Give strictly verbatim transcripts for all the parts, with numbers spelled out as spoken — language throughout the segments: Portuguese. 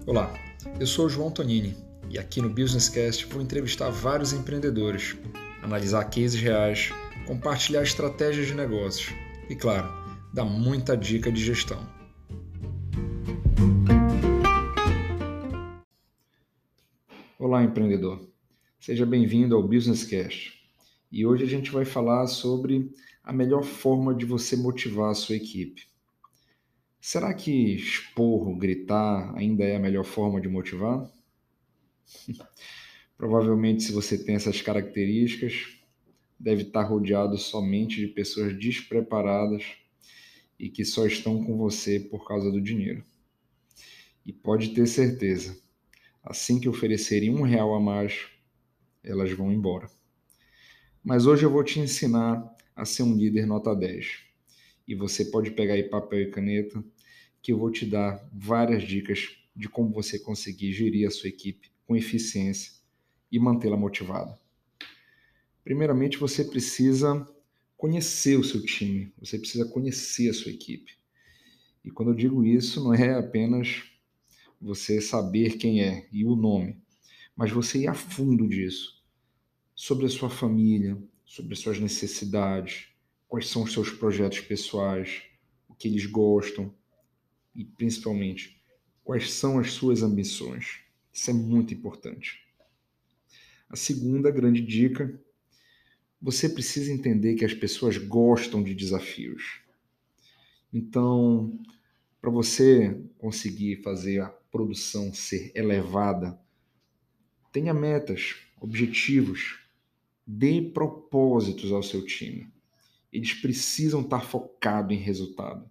Olá, eu sou o João Tonini e aqui no BusinessCast vou entrevistar vários empreendedores, analisar cases reais, compartilhar estratégias de negócios e, claro, dar muita dica de gestão. Olá, empreendedor. Seja bem-vindo ao BusinessCast. E hoje a gente vai falar sobre a melhor forma de você motivar a sua equipe. Será que expor, gritar ainda é a melhor forma de motivar? Provavelmente, se você tem essas características, deve estar rodeado somente de pessoas despreparadas e que só estão com você por causa do dinheiro. E pode ter certeza, assim que oferecerem um real a mais, elas vão embora. Mas hoje eu vou te ensinar a ser um líder nota dez. E você pode pegar aí papel e caneta, que eu vou te dar várias dicas de como você conseguir gerir a sua equipe com eficiência e mantê-la motivada. Primeiramente, você precisa conhecer o seu time, você precisa conhecer a sua equipe. E quando eu digo isso, não é apenas você saber quem é e o nome, mas você ir a fundo disso, sobre a sua família, sobre as suas necessidades, quais são os seus projetos pessoais, o que eles gostam e, principalmente, quais são as suas ambições. Isso é muito importante. A segunda grande dica: você precisa entender que as pessoas gostam de desafios. Então, para você conseguir fazer a produção ser elevada, tenha metas, objetivos, dê propósitos ao seu time. Eles precisam estar focados em resultado.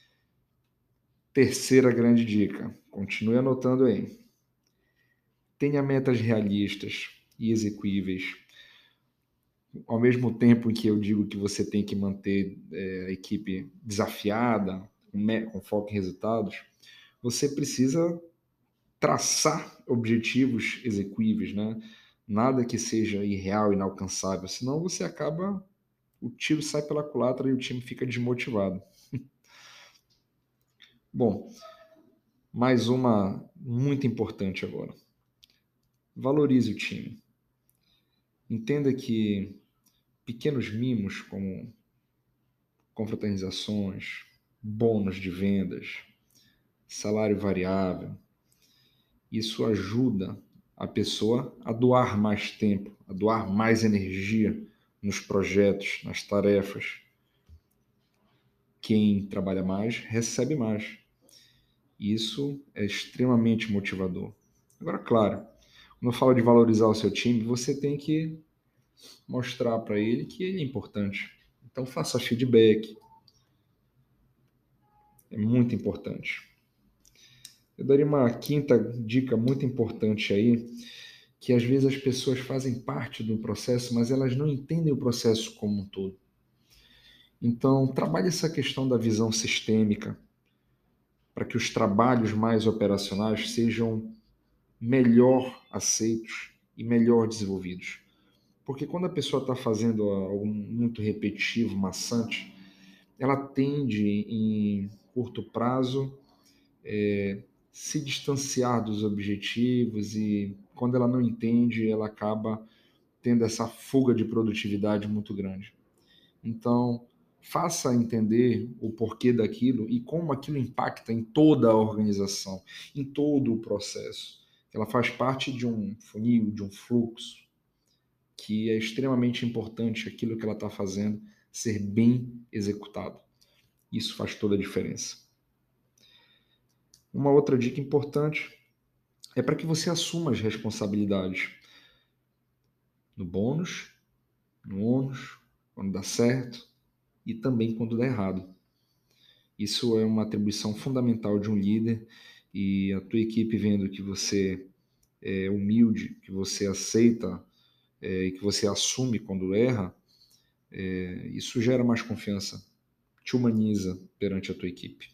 Terceira grande dica, continue anotando aí. Tenha metas realistas e execuíveis. Ao mesmo tempo em que eu digo que você tem que manter é, a equipe desafiada, com foco em resultados, você precisa traçar objetivos execuíveis, né? Nada que seja irreal, inalcançável, senão você acaba, o tiro sai pela culatra e o time fica desmotivado. Bom, mais uma muito importante agora. Valorize o time. Entenda que pequenos mimos como confraternizações, bônus de vendas, salário variável, isso ajuda a pessoa a doar mais tempo, a doar mais energia nos projetos, nas tarefas. Quem trabalha mais, recebe mais. Isso é extremamente motivador. Agora, claro, quando eu falo de valorizar o seu time, você tem que mostrar para ele que ele é importante. Então, faça feedback. É muito importante. Eu daria uma quinta dica muito importante aí, que às vezes as pessoas fazem parte do processo, mas elas não entendem o processo como um todo. Então, trabalhe essa questão da visão sistêmica, para que os trabalhos mais operacionais sejam melhor aceitos e melhor desenvolvidos. Porque quando a pessoa está fazendo algo muito repetitivo, maçante, ela tende, em curto prazo, é, se distanciar dos objetivos e, quando ela não entende, ela acaba tendo essa fuga de produtividade muito grande. Então, faça entender o porquê daquilo e como aquilo impacta em toda a organização, em todo o processo. Ela faz parte de um funil, de um fluxo, que é extremamente importante aquilo que ela está fazendo ser bem executado. Isso faz toda a diferença. Uma outra dica importante é para que você assuma as responsabilidades no bônus, no ônus, quando dá certo e também quando dá errado. Isso é uma atribuição fundamental de um líder, e a tua equipe, vendo que você é humilde, que você aceita é, e que você assume quando erra, é, isso gera mais confiança, te humaniza perante a tua equipe.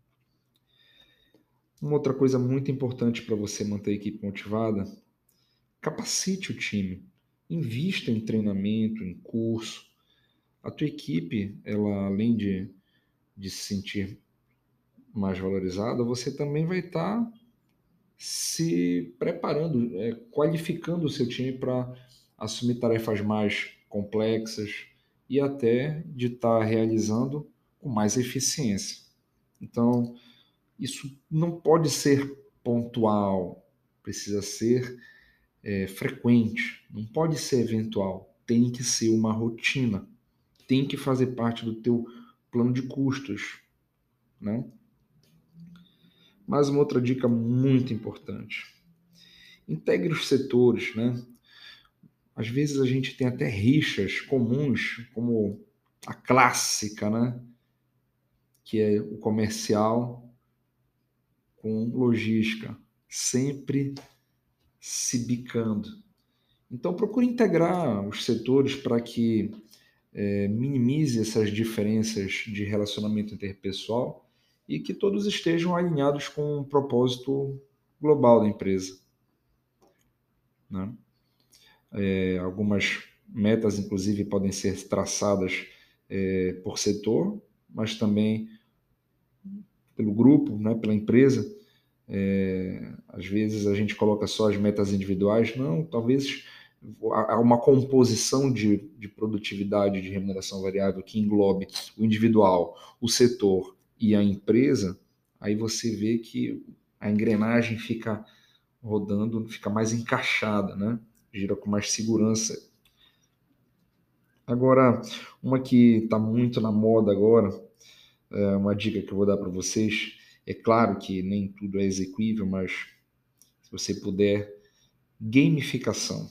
Uma outra coisa muito importante para você manter a equipe motivada: capacite o time, invista em treinamento, em curso. A tua equipe, ela, além de, de se sentir mais valorizada, você também vai estar se preparando, é, qualificando o seu time para assumir tarefas mais complexas e até de estar tá realizando com mais eficiência. Então, isso não pode ser pontual, precisa ser é, frequente, não pode ser eventual, tem que ser uma rotina, tem que fazer parte do teu plano de custos, né? Mas uma outra dica muito importante, integre os setores, né? Às vezes a gente tem até rixas comuns, como a clássica, né? Que é o comercial com logística, sempre se bicando. Então procure integrar os setores para que é, minimize essas diferenças de relacionamento interpessoal e que todos estejam alinhados com o propósito global da empresa, né? É, algumas metas, inclusive, podem ser traçadas é, por setor, mas também pelo grupo, né, pela empresa. É, às vezes a gente coloca só as metas individuais, não, talvez há uma composição de, de produtividade, de remuneração variável que englobe o individual, o setor e a empresa, aí você vê que a engrenagem fica rodando, fica mais encaixada, né? Gira com mais segurança. Agora, uma que está muito na moda agora, é uma dica que eu vou dar para vocês, é claro que nem tudo é execuível, mas se você puder, gamificação.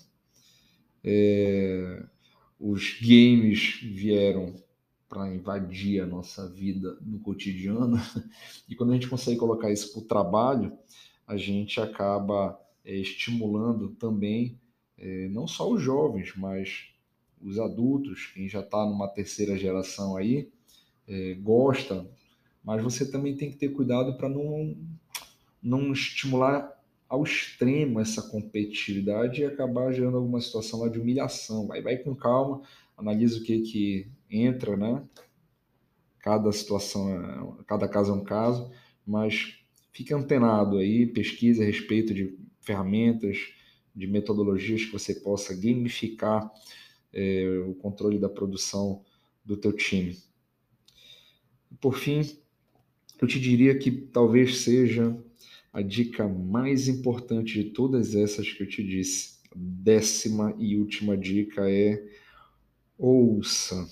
É, os games vieram para invadir a nossa vida no cotidiano e quando a gente consegue colocar isso para o trabalho, a gente acaba é, estimulando também é, não só os jovens, mas os adultos, quem já está numa terceira geração aí, é, gosta, mas você também tem que ter cuidado para não, não estimular ao extremo essa competitividade e acabar gerando alguma situação lá de humilhação. Vai, vai com calma, analisa o que que entra, né? Cada situação, é, cada caso é um caso, mas fique antenado aí, pesquise a respeito de ferramentas, de metodologias que você possa gamificar é, o controle da produção do teu time. Por fim, eu te diria que talvez seja a dica mais importante de todas essas que eu te disse. A décima e última dica é ouça.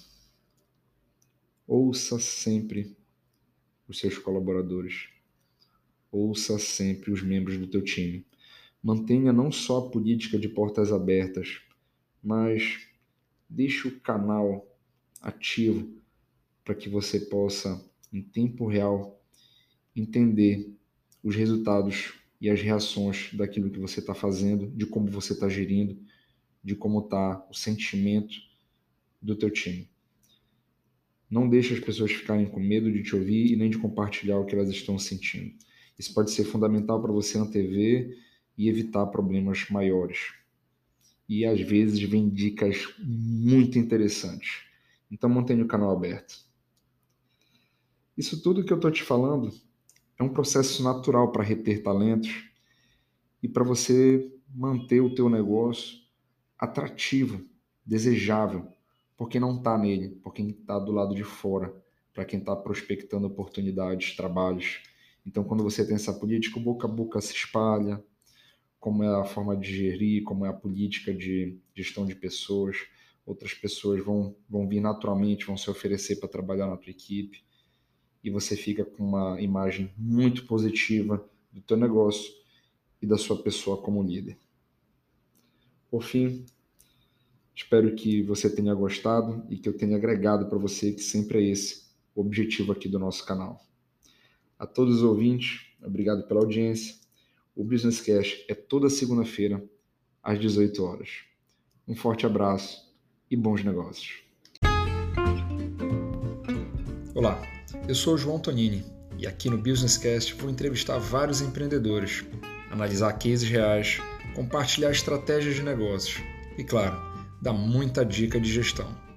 Ouça sempre os seus colaboradores. Ouça sempre os membros do teu time. Mantenha não só a política de portas abertas, mas deixe o canal ativo para que você possa, em tempo real, entender os resultados e as reações daquilo que você está fazendo, de como você está gerindo, de como está o sentimento do teu time. Não deixe as pessoas ficarem com medo de te ouvir e nem de compartilhar o que elas estão sentindo. Isso pode ser fundamental para você antever e evitar problemas maiores. E às vezes vem dicas muito interessantes. Então mantenha o canal aberto. Isso tudo que eu estou te falando é um processo natural para reter talentos e para você manter o teu negócio atrativo, desejável, por quem não está nele, por quem está do lado de fora, para quem está prospectando oportunidades, trabalhos. Então, quando você tem essa política, o boca a boca se espalha, como é a forma de gerir, como é a política de gestão de pessoas. Outras pessoas vão, vão vir naturalmente, vão se oferecer para trabalhar na tua equipe e você fica com uma imagem muito positiva do teu negócio e da sua pessoa como líder. Por fim, espero que você tenha gostado e que eu tenha agregado para você, que sempre é esse o objetivo aqui do nosso canal. A todos os ouvintes, obrigado pela audiência. O Business Cash é toda segunda-feira, às dezoito horas. Um forte abraço e bons negócios. Olá, eu sou o João Tonini e aqui no Business Cast vou entrevistar vários empreendedores, analisar cases reais, compartilhar estratégias de negócios e, claro, dar muita dica de gestão.